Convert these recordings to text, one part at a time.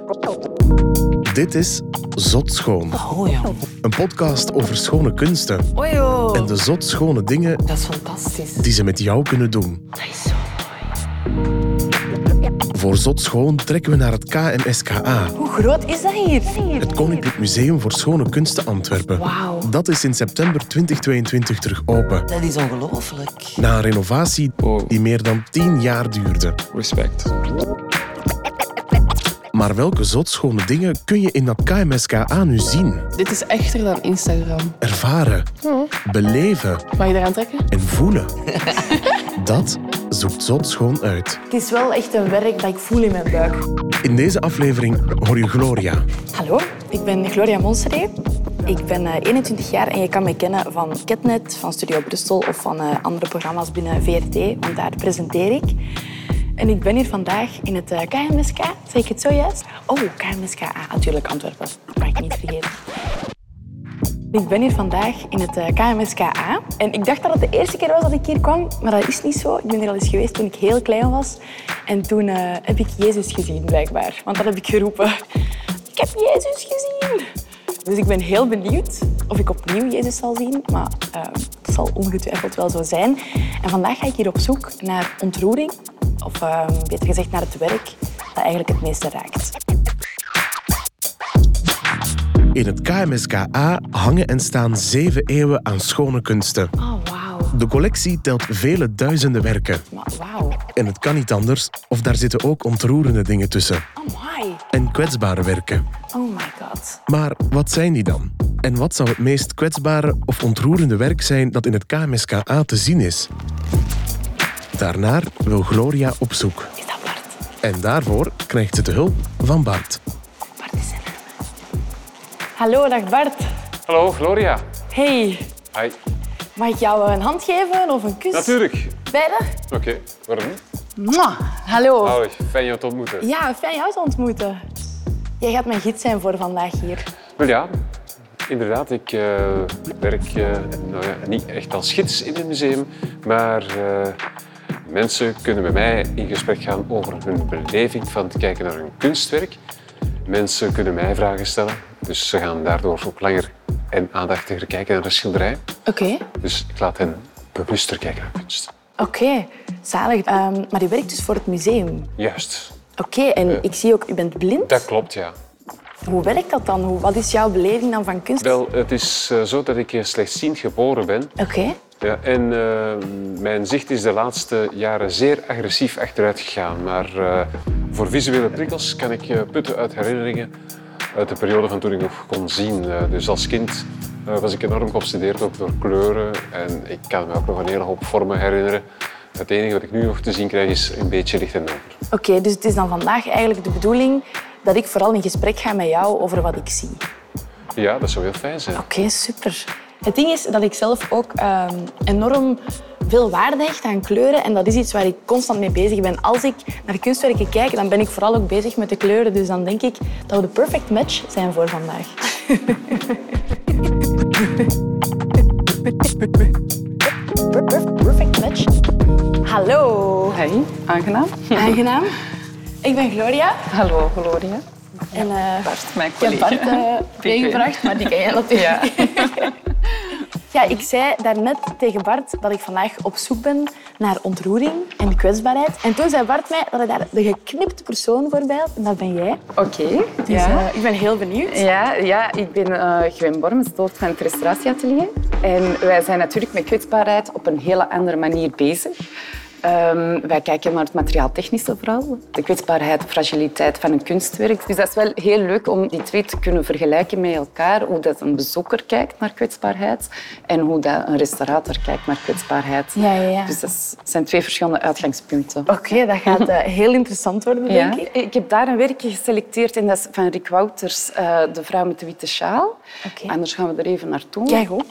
Dit is Zot Schoon. Oh ja. Een podcast over schone kunsten. Oh joh. En de zot schone dingen Dat is fantastisch. die ze met jou kunnen doen. Dat is zo mooi. Voor Zot Schoon trekken we naar het KMSKA. Hoe groot is dat hier? Het Koninklijk Museum voor Schone Kunsten Antwerpen. Wauw. Dat is in september 2022 terug open. Dat is ongelooflijk. Na een renovatie die meer dan 10 jaar duurde. Respect. Maar welke zotschone dingen kun je in dat KMSKA nu zien, Dit is echter dan Instagram. ervaren, beleven Mag je eraan trekken? en voelen? Dat zoekt Zot Schoon uit. Het is wel echt een werk dat ik voel in mijn buik. In deze aflevering hoor je Gloria. Hallo, ik ben Gloria Monseré. Ik ben 21 jaar en je kan me kennen van Ketnet, van Studio Brussel of van andere programma's binnen VRT, want daar presenteer ik. En ik ben hier vandaag in het KMSK. Zeg ik het zo juist? Oh, KMSKA, natuurlijk Antwerpen. Dat mag ik niet vergeten. Ik ben hier vandaag in het KMSKA. En ik dacht dat het de eerste keer was dat ik hier kwam, maar dat is niet zo. Ik ben hier al eens geweest toen ik heel klein was. En toen heb ik Jezus gezien, blijkbaar. Want dat heb ik geroepen. Ik heb Jezus gezien! Dus ik ben heel benieuwd of ik opnieuw Jezus zal zien. Maar het zal ongetwijfeld wel zo zijn. En vandaag ga ik hier op zoek naar ontroering. Of beter gezegd naar het werk dat eigenlijk het meeste raakt. In het KMSKA hangen en staan 7 eeuwen aan schone kunsten. Oh, wauw. De collectie telt vele duizenden werken. Maar wauw. En het kan niet anders, of daar zitten ook ontroerende dingen tussen. Oh my. En kwetsbare werken. Oh my god. Maar wat zijn die dan? En wat zou het meest kwetsbare of ontroerende werk zijn dat in het KMSKA te zien is? Daarnaar wil Gloria op zoek. Is dat Bart? En daarvoor krijgt ze de hulp van Bart. Bart is zijn naam. Hallo, dag Bart. Hallo, Gloria. Hey, Hi. mag ik jou een hand geven of een kus? Natuurlijk. Beide? Oké, waarom niet? Mwah. Hallo. Hoi, fijn je te ontmoeten. Ja, fijn jou te ontmoeten. Jij gaat mijn gids zijn voor vandaag hier. Wel ja, inderdaad. Ik werk niet echt als gids in een museum, maar mensen kunnen met mij in gesprek gaan over hun beleving van het kijken naar hun kunstwerk. Mensen kunnen mij vragen stellen, dus ze gaan daardoor ook langer en aandachtiger kijken naar de schilderij. Oké. Dus ik laat hen bewuster kijken naar kunst. Oké, zalig. Maar je werkt dus voor het museum. Juist, Oké, en ik zie ook, je bent blind. dat klopt, ja. Hoe werkt dat dan? Wat is jouw beleving dan van kunst? Wel, het is zo dat ik slechtziend geboren ben. Oké. Ja, en mijn zicht is de laatste jaren zeer agressief achteruit gegaan. Maar voor visuele prikkels kan ik putten uit herinneringen uit de periode van toen ik nog kon zien. Dus als kind was ik enorm geobsedeerd ook door kleuren. En ik kan me ook nog een hele hoop vormen herinneren. Het enige wat ik nu nog te zien krijg is een beetje licht en donker. Oké, dus het is dan vandaag eigenlijk de bedoeling dat ik vooral in gesprek ga met jou over wat ik zie. Ja, dat zou heel fijn zijn. Oké, super. Het ding is dat ik zelf ook enorm veel waarde hecht aan kleuren. En dat is iets waar ik constant mee bezig ben. Als ik naar kunstwerken kijk, dan ben ik vooral ook bezig met de kleuren. Dus dan denk ik dat we de perfect match zijn voor vandaag. Perfect match. Hallo. Hey, aangenaam. Aangenaam. Ik ben Gloria. Hallo, Gloria. En Bart, mijn ik heb collega. Bart meegebracht, maar die ken jij natuurlijk. Ja. Ja, ik zei daarnet tegen Bart dat ik vandaag op zoek ben naar ontroering en kwetsbaarheid. En toen zei Bart mij dat hij daar de geknipte persoon voorbij had. En dat ben jij. Oké. Dus Ja. ik ben heel benieuwd. Ja, ik ben Gwen Bormes, hoofd van het restauratieatelier. En wij zijn natuurlijk met kwetsbaarheid op een hele andere manier bezig. Wij kijken naar het materiaaltechnische vooral, de kwetsbaarheid, de fragiliteit van een kunstwerk. Dus dat is wel heel leuk om die twee te kunnen vergelijken met elkaar. Hoe dat een bezoeker kijkt naar kwetsbaarheid en hoe dat een restaurator kijkt naar kwetsbaarheid. Ja. Dus dat zijn twee verschillende uitgangspunten. Oké, dat gaat heel interessant worden, denk ik. Ik heb daar een werkje geselecteerd en dat is van Rick Wouters, De vrouw met de witte sjaal. Oké. Anders gaan we er even naartoe. Kijk goed.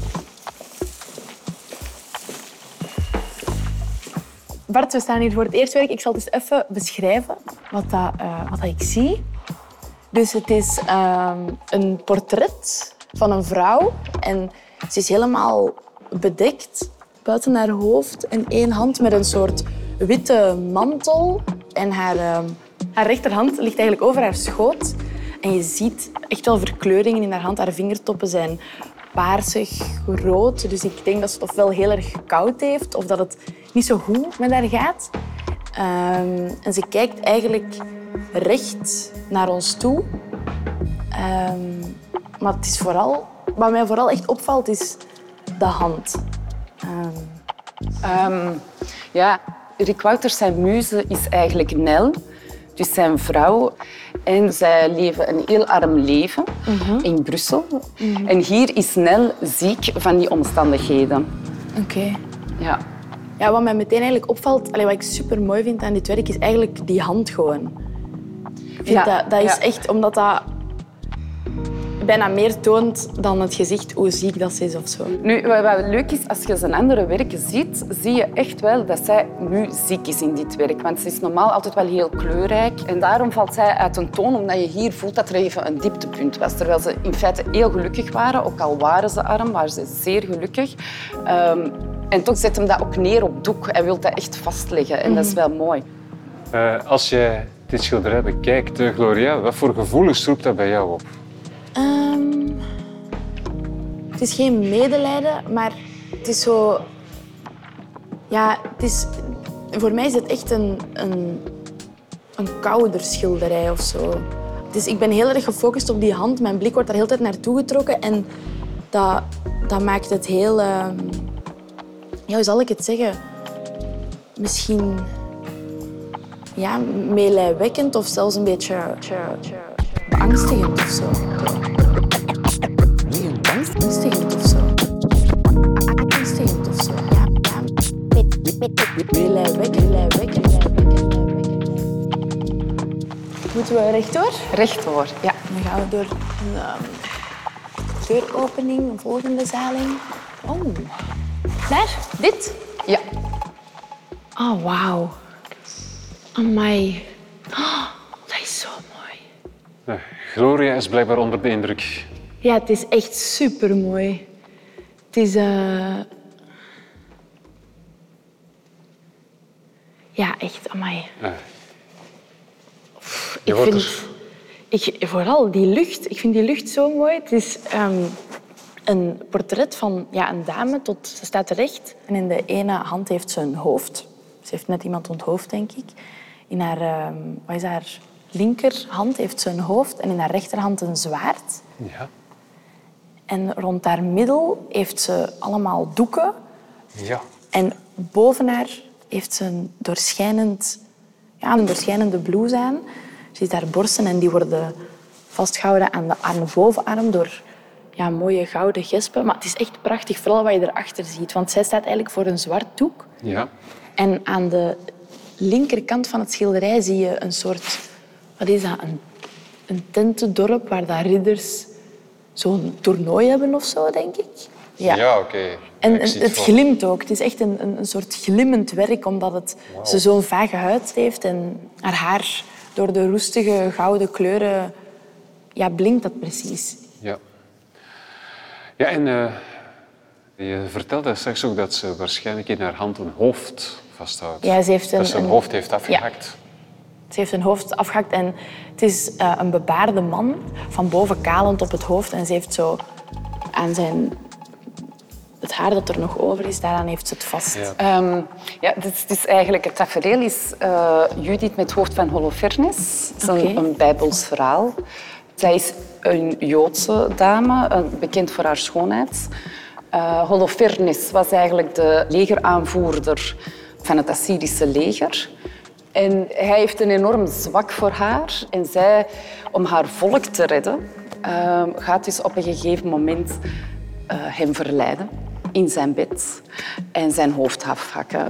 Bart, we staan hier voor het eerst werk. Ik zal het eens even beschrijven wat dat ik zie. Dus het is een portret van een vrouw. En ze is helemaal bedekt buiten haar hoofd en één hand met een soort witte mantel. En haar Haar rechterhand ligt eigenlijk over haar schoot. En je ziet echt wel verkleuringen in haar hand. Haar vingertoppen zijn paarsig, rood. Dus ik denk dat ze het ofwel heel erg koud heeft of dat het niet zo goed met haar gaat. En ze kijkt eigenlijk recht naar ons toe. Maar het is vooral, wat mij vooral echt opvalt, is de hand. Ja, Rick Wouters, zijn muze is eigenlijk Nel, dus zijn vrouw. En zij leven een heel arm leven in Brussel. En hier is Nel ziek van die omstandigheden. Oké. Ja. Ja, wat mij meteen eigenlijk opvalt, wat ik super mooi vind aan dit werk, is eigenlijk die hand gewoon. Ik vind dat is echt, omdat dat bijna meer toont dan het gezicht hoe ziek dat ze is of zo. Nu, wat leuk is, als je zijn andere werken ziet, zie je echt wel dat zij nu ziek is in dit werk. Want ze is normaal altijd wel heel kleurrijk. En daarom valt zij uit een toon, omdat je hier voelt dat er even een dieptepunt was. Terwijl ze in feite heel gelukkig waren, ook al waren ze arm, waren ze zeer gelukkig. En toch zet hem dat ook neer op doek. Hij wil dat echt vastleggen en dat is wel mooi. Als jij dit schilderij bekijkt, Gloria, wat voor gevoelens roept dat bij jou op? Het is geen medelijden, maar het is zo... Ja, voor mij is het echt een kouder schilderij of zo. Dus ik ben heel erg gefocust op die hand. Mijn blik wordt daar heel de tijd naartoe getrokken. En dat maakt het heel... hoe zal ik het zeggen? Misschien... Ja, meelijwekkend of zelfs een beetje beangstigend of zo. Angstigend of zo. Angstigend of zo. Ja. Meelijwekkend. Moeten we rechtdoor? Rechtdoor, ja. Dan gaan we door een deuropening, een volgende zaling. Oh, daar, dit? Ja. Oh, wauw. Amai. Oh, dat is zo mooi. Gloria is blijkbaar onder de indruk. Ja, het is echt supermooi. Het is... Ja, echt, amai. Vooral die lucht. Ik vind die lucht zo mooi. Het is een portret van een dame. Ze staat recht en in de ene hand heeft ze een hoofd. Ze heeft net iemand onthoofd, denk ik. In haar, haar linkerhand heeft ze een hoofd en in haar rechterhand een zwaard. Ja. En rond haar middel heeft ze allemaal doeken. Ja. En boven haar heeft ze een doorschijnende blouse aan. Ze heeft haar borsten en die worden vastgehouden aan de bovenarm door mooie gouden gespen. Maar het is echt prachtig, vooral wat je erachter ziet. Want zij staat eigenlijk voor een zwart doek. Ja. En aan de linkerkant van het schilderij zie je een soort... Wat is dat? Een tentendorp waar dat ridders zo'n toernooi hebben of zo, denk ik. Ja, oké. En het glimt ook. Het is echt een soort glimmend werk, omdat ze zo'n vage huid heeft. En haar haar, door de roestige gouden kleuren, blinkt dat precies. Ja. Ja, en je vertelde straks ook dat ze waarschijnlijk in haar hand een hoofd vasthoudt. Ja, ze heeft dat ze een hoofd heeft afgehakt. Ja. Ze heeft een hoofd afgehakt en het is een bebaarde man, van boven kalend op het hoofd. En ze heeft zo aan het haar dat er nog over is, daaraan heeft ze het vast. Ja. Het is eigenlijk, het tafereel is Judith met het hoofd van Holofernes. Dat is een Bijbels verhaal. Zij is een Joodse dame, bekend voor haar schoonheid. Holofernes was eigenlijk de legeraanvoerder van het Assyrische leger. En hij heeft een enorm zwak voor haar. En zij, om haar volk te redden, gaat dus op een gegeven moment hem verleiden in zijn bed en zijn hoofd afhakken.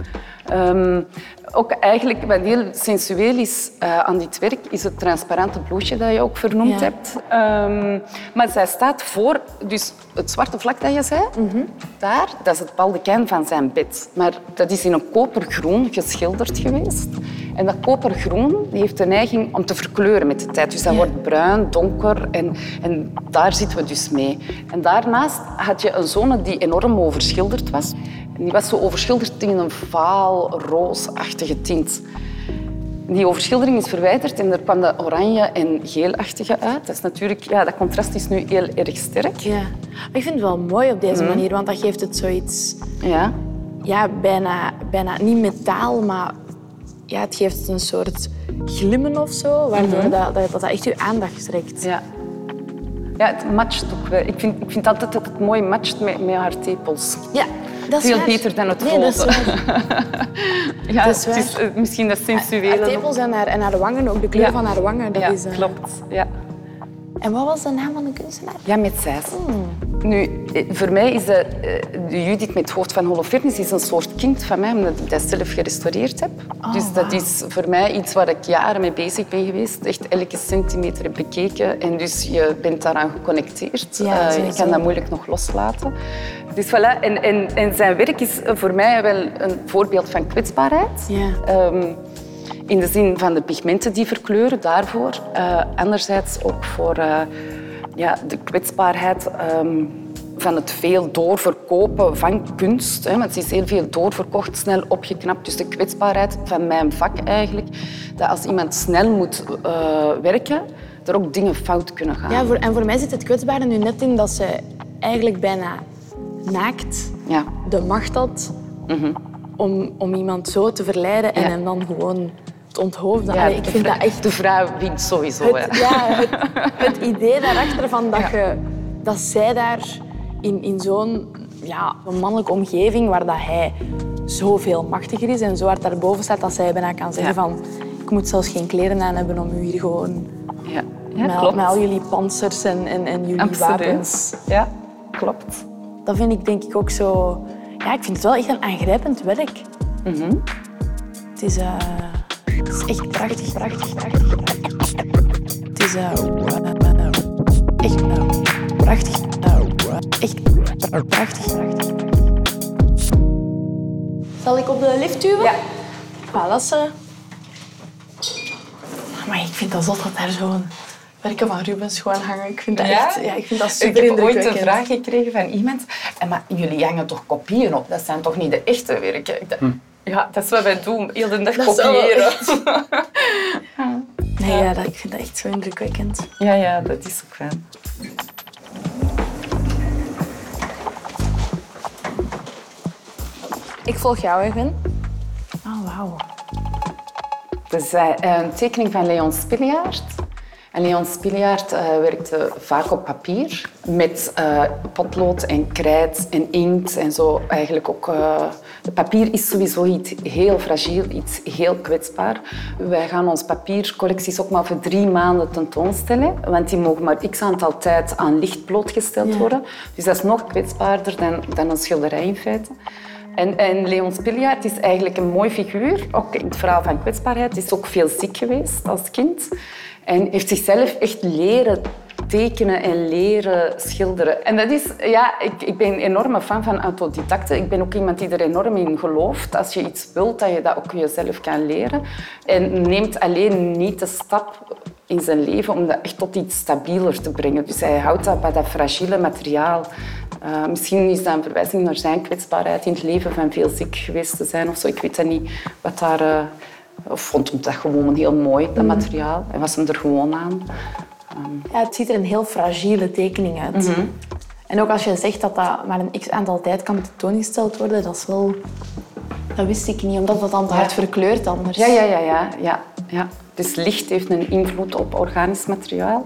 Ook eigenlijk, wat heel sensueel is aan dit werk, is het transparante bloesje dat je ook vernoemd hebt. Maar zij staat voor, dus het zwarte vlak dat je zei, daar, dat is het baldekijn van zijn bed. Maar dat is in een kopergroen geschilderd geweest. En dat kopergroen heeft de neiging om te verkleuren met de tijd. Dus dat wordt bruin, donker en daar zitten we dus mee. En daarnaast had je een zone die enorm overschilderd was. En die was zo overschilderd in een vaal, roosachtige tint. Die overschildering is verwijderd en er kwam dat oranje en geelachtige uit. Dat is natuurlijk, ja, dat contrast is nu heel erg sterk. Ja. Maar ik vind het wel mooi op deze manier, want dat geeft het zoiets... Ja. Ja, bijna niet metaal, maar ja, het geeft een soort glimmen of zo, waardoor dat echt je aandacht trekt. Ja. Ja, het matcht ook wel. Ik vind altijd dat het mooi matcht met haar tepels. Ja, dat is veel waar. beter dan het Nee, roze. dat is waar. Ja, dat is het is waar. misschien dat sensuele. Haar tepels en haar wangen, ook de kleur van haar wangen. Dat ja, is, klopt. Ja. En wat was de naam van de kunstenaar? Ja, met Zijs. Nu, voor mij is de Judith met het hoofd van Holofernes is een soort kind van mij, omdat ik dat zelf gerestaureerd heb. Dus dat is voor mij iets waar ik jaren mee bezig ben geweest. Echt elke centimeter heb bekeken. En dus je bent daaraan geconnecteerd. Ja, je kan dat moeilijk nog loslaten. Dus voilà. En zijn werk is voor mij wel een voorbeeld van kwetsbaarheid. Ja. In de zin van de pigmenten die verkleuren, daarvoor. Anderzijds ook voor de kwetsbaarheid van het veel doorverkopen van kunst. Hè, want het is heel veel doorverkocht, snel opgeknapt. Dus de kwetsbaarheid van mijn vak eigenlijk. Dat als iemand snel moet werken, er ook dingen fout kunnen gaan. Ja, en voor mij zit het kwetsbare nu net in dat ze eigenlijk bijna naakt de macht had om iemand zo te verleiden en hem dan gewoon te onthoofden. Ja, Allee, ik vind dat echt... De vrouw wint sowieso. Het idee daarachter van dat zij daar in zo'n een mannelijke omgeving waar dat hij zoveel machtiger is en zo hard daarboven staat dat zij bijna kan zeggen van ik moet zelfs geen kleren aan hebben om u hier gewoon met al jullie panzers en jullie wapens. Ja, klopt. Dat vind ik denk ik ook zo... Ja, ik vind het wel echt een aangrijpend werk. Het is echt prachtig. Het is echt prachtig. Echt prachtig. Zal ik op de lift duwen? Ja. Ah, dat is... Maar ik vind dat zot dat daar zo'n werken van Rubens gewoon hangen. Ik vind dat echt... Ja, ik vind dat super Ik heb ooit indrukwekkend. een vraag gekregen van iemand. Maar jullie hangen toch kopieën op? Dat zijn toch niet de echte werken? Ik dacht, ja, dat is wat wij doen. Heel de dag Dat is kopiëren. Nee, ik vind dat echt zo indrukwekkend. Ja, dat is ook fijn. Ik volg jou, Erwin. Oh, wauw. Dat is een tekening van Leon Spilliaert. En Leon Spilliaert werkte vaak op papier met potlood en krijt en inkt en zo. Eigenlijk ook... papier is sowieso iets heel fragiel, iets heel kwetsbaar. Wij gaan onze papiercollecties ook maar voor 3 maanden tentoonstellen, want die mogen maar x aantal tijd aan licht blootgesteld worden. Dus dat is nog kwetsbaarder dan een schilderij in feite. En Leon Spilliaert is eigenlijk een mooi figuur, ook in het verhaal van kwetsbaarheid. Hij is ook veel ziek geweest als kind. En heeft zichzelf echt leren tekenen en leren schilderen. En dat is, ik ben een enorme fan van autodidacten. Ik ben ook iemand die er enorm in gelooft. Als je iets wilt, dat je dat ook jezelf kan leren. En neemt alleen niet de stap in zijn leven om dat echt tot iets stabieler te brengen. Dus hij houdt dat bij dat fragiele materiaal. Misschien is dat een verwijzing naar zijn kwetsbaarheid in het leven van veel ziek geweest te zijn of zo. Ik weet dat niet wat daar... Of vond hem dat gewoon heel mooi, dat materiaal. En was hem er gewoon aan. Ja, het ziet er een heel fragiele tekening uit. En ook als je zegt dat dat maar een x-aantal tijd kan tentoongesteld worden, dat is wel... Dat wist ik niet, omdat dat dan te hard verkleurt anders. Ja. Dus licht heeft een invloed op organisch materiaal.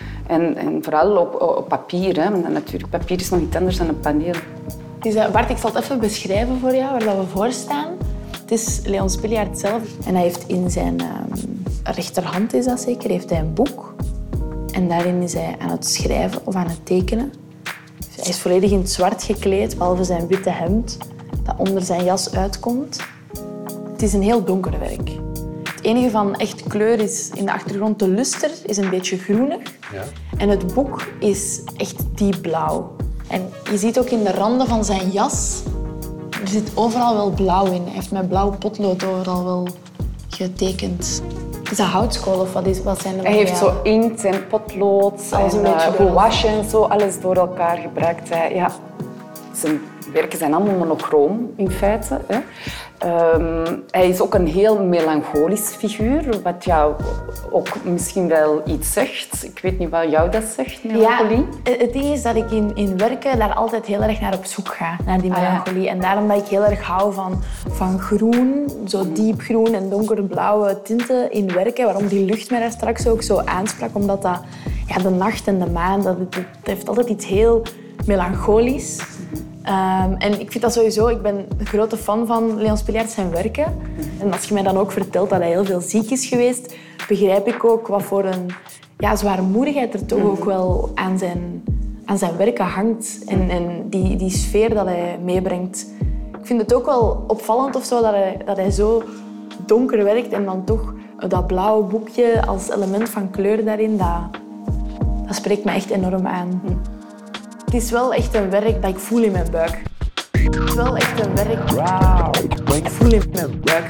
En vooral op papier. Hè. Want natuurlijk, papier is nog iets anders dan een paneel. Dus, Bart, ik zal het even beschrijven voor jou, waar we voor staan. Het is Leon Spilliaert zelf. En hij heeft in zijn rechterhand, is dat zeker, heeft hij een boek. En daarin is hij aan het schrijven of aan het tekenen. Dus hij is volledig in het zwart gekleed, behalve zijn witte hemd, dat onder zijn jas uitkomt. Het is een heel donker werk. Het enige van echt kleur is in de achtergrond de luster, is een beetje groenig. Ja. En het boek is echt diep blauw. En je ziet ook in de randen van zijn jas, er zit overal wel blauw in. Hij heeft met blauw potlood overal wel getekend. Is dat houtskool of wat zijn de Hij heeft zo inkt en potlood en gouache en zo, alles door elkaar gebruikt. Zijn werken zijn allemaal monochroom in feite. Hè. Hij is ook een heel melancholisch figuur, wat jou ook misschien wel iets zegt. Ik weet niet wat jou dat zegt, melancholie. Ja, het ding is dat ik in werken daar altijd heel erg naar op zoek ga, naar die melancholie. En daarom dat ik heel erg hou van groen, zo diepgroen en donkerblauwe tinten in werken. Waarom die lucht mij daar straks ook zo aansprak, omdat dat, de nacht en de maan, dat heeft altijd iets heel melancholisch. En ik vind dat sowieso, ik ben een grote fan van Leon Spullaert zijn werken. En als je mij dan ook vertelt dat hij heel veel ziek is geweest, begrijp ik ook wat voor een zwaarmoedigheid er toch ook wel aan zijn werken hangt. En die sfeer dat hij meebrengt. Ik vind het ook wel opvallend of zo dat hij zo donker werkt en dan toch dat blauwe boekje als element van kleur daarin, dat spreekt me echt enorm aan. Het is wel echt een werk dat ik voel in mijn buik. Het is wel echt een werk dat ik voel in mijn buik.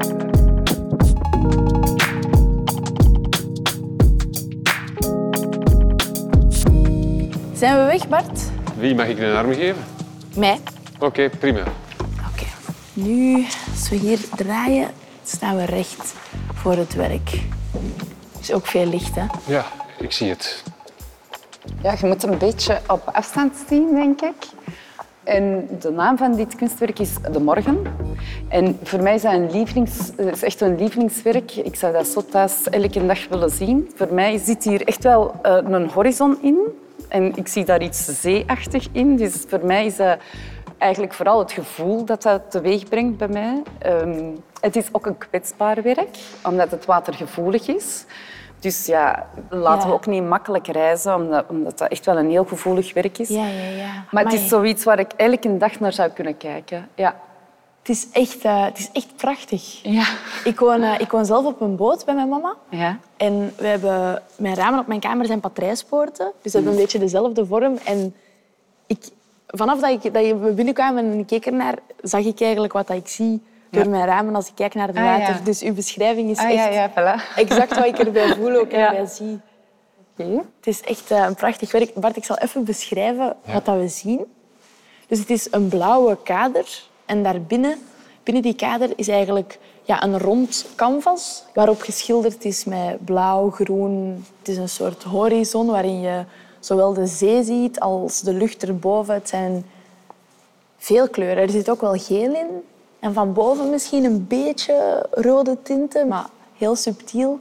Zijn we weg, Bart? Wie mag ik een arm geven? Mij. Oké, prima. Oké. Nu, als we hier draaien, staan we recht voor het werk. Er is ook veel licht, hè? Ja, ik zie het. Ja, je moet een beetje op afstand zien, denk ik. En de naam van dit kunstwerk is De Morgen. En voor mij is dat echt een lievelingswerk. Ik zou dat zo thuis elke dag willen zien. Voor mij zit hier echt wel een horizon in. En ik zie daar iets zeeachtig in. Dus voor mij is dat eigenlijk vooral het gevoel dat dat teweeg brengt bij mij. Het is ook een kwetsbaar werk, omdat het watergevoelig is. Dus ja, laten we ook niet makkelijk reizen, omdat dat echt wel een heel gevoelig werk is. Ja. Maar het is zoiets waar ik elke dag naar zou kunnen kijken. Ja. Het is echt prachtig. Ja. Ik woon zelf op een boot bij mijn mama. Ja. En mijn ramen op mijn kamer zijn patrijspoorten. Dus ze hebben een beetje dezelfde vorm. En vanaf dat we binnenkwamen en ik keek ernaar, zag ik eigenlijk wat ik zie door mijn ramen als ik kijk naar het water. Ja. Dus uw beschrijving is echt voilà. exact wat ik erbij voel ook en erbij zie. Okay. Het is echt een prachtig werk. Bart, ik zal even beschrijven wat dat we zien. Dus het is een blauwe kader. En daarbinnen, binnen die kader, is eigenlijk een rond canvas waarop geschilderd is met blauw, groen. Het is een soort horizon waarin je zowel de zee ziet als de lucht erboven. Het zijn veel kleuren. Er zit ook wel geel in. En van boven misschien een beetje rode tinten, maar heel subtiel.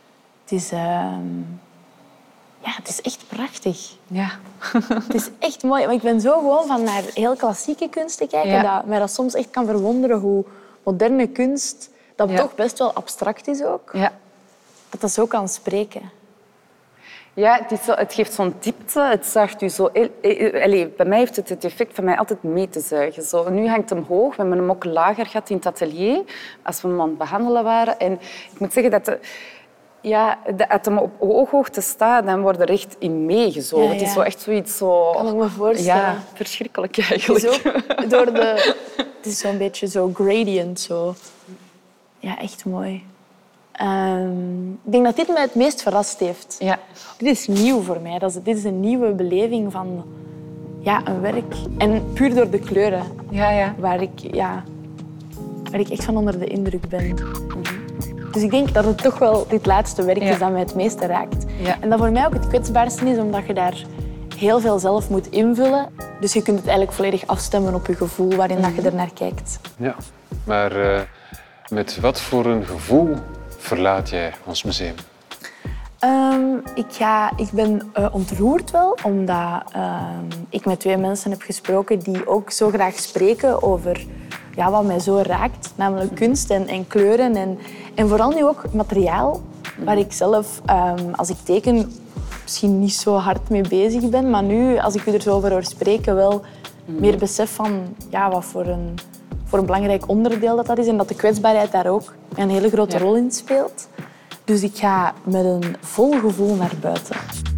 Het is echt prachtig. Ja. Het is echt mooi. Maar ik ben zo gewoon van naar heel klassieke kunst te kijken, dat mij dat soms echt kan verwonderen hoe moderne kunst, dat toch best wel abstract is ook, dat zo kan spreken. Ja, het geeft zo'n diepte. Het zuigt u zo... bij mij heeft het effect van mij altijd mee te zuigen. Zo, nu hangt hem hoog. We hebben hem ook lager gehad in het atelier, als we hem aan het behandelen waren. En ik moet zeggen dat... als hem op ooghoogte staat, dan wordt er echt in meegezogen. Ja. Het is zo echt zoiets zo... Kan ik me voorstellen. Ja, verschrikkelijk eigenlijk. Het is zo'n beetje zo gradient. Zo. Ja, echt mooi. Ik denk dat dit mij het meest verrast heeft. Ja. Dit is nieuw voor mij. Dit is een nieuwe beleving van een werk. En puur door de kleuren. Ja. Waar ik echt van onder de indruk ben. Dus ik denk dat het toch wel dit laatste werk is dat mij het meeste raakt. Ja. En dat voor mij ook het kwetsbaarste is, omdat je daar heel veel zelf moet invullen. Dus je kunt het eigenlijk volledig afstemmen op je gevoel waarin dat je er naar kijkt. Ja, maar met wat voor een gevoel verlaat jij ons museum? Ik ben ontroerd wel, omdat ik met 2 mensen heb gesproken die ook zo graag spreken over wat mij zo raakt, namelijk kunst en kleuren en vooral nu ook materiaal, waar ik zelf, als ik teken, misschien niet zo hard mee bezig ben, maar nu, als ik u er zo over hoor spreken, wel meer besef van wat voor een belangrijk onderdeel dat is en dat de kwetsbaarheid daar ook een hele grote rol in speelt. Dus ik ga met een vol gevoel naar buiten.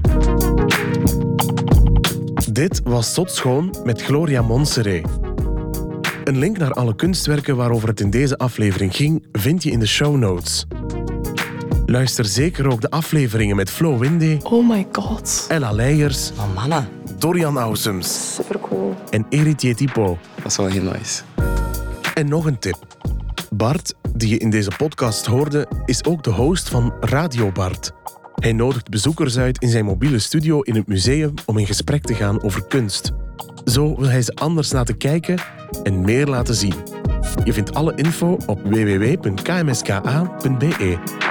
Dit was Zot Schoon met Gloria Monseré. Een link naar alle kunstwerken waarover het in deze aflevering ging, vind je in de show notes. Luister zeker ook de afleveringen met Flo Winde, Oh my god. Ella Leijers, Maar mannen. Dorian Ausums Supercool. en Eritier Tipo. Dat is wel heel nice. En nog een tip. Bart, die je in deze podcast hoorde, is ook de host van Radio Bart. Hij nodigt bezoekers uit in zijn mobiele studio in het museum om in gesprek te gaan over kunst. Zo wil hij ze anders laten kijken en meer laten zien. Je vindt alle info op www.kmska.be.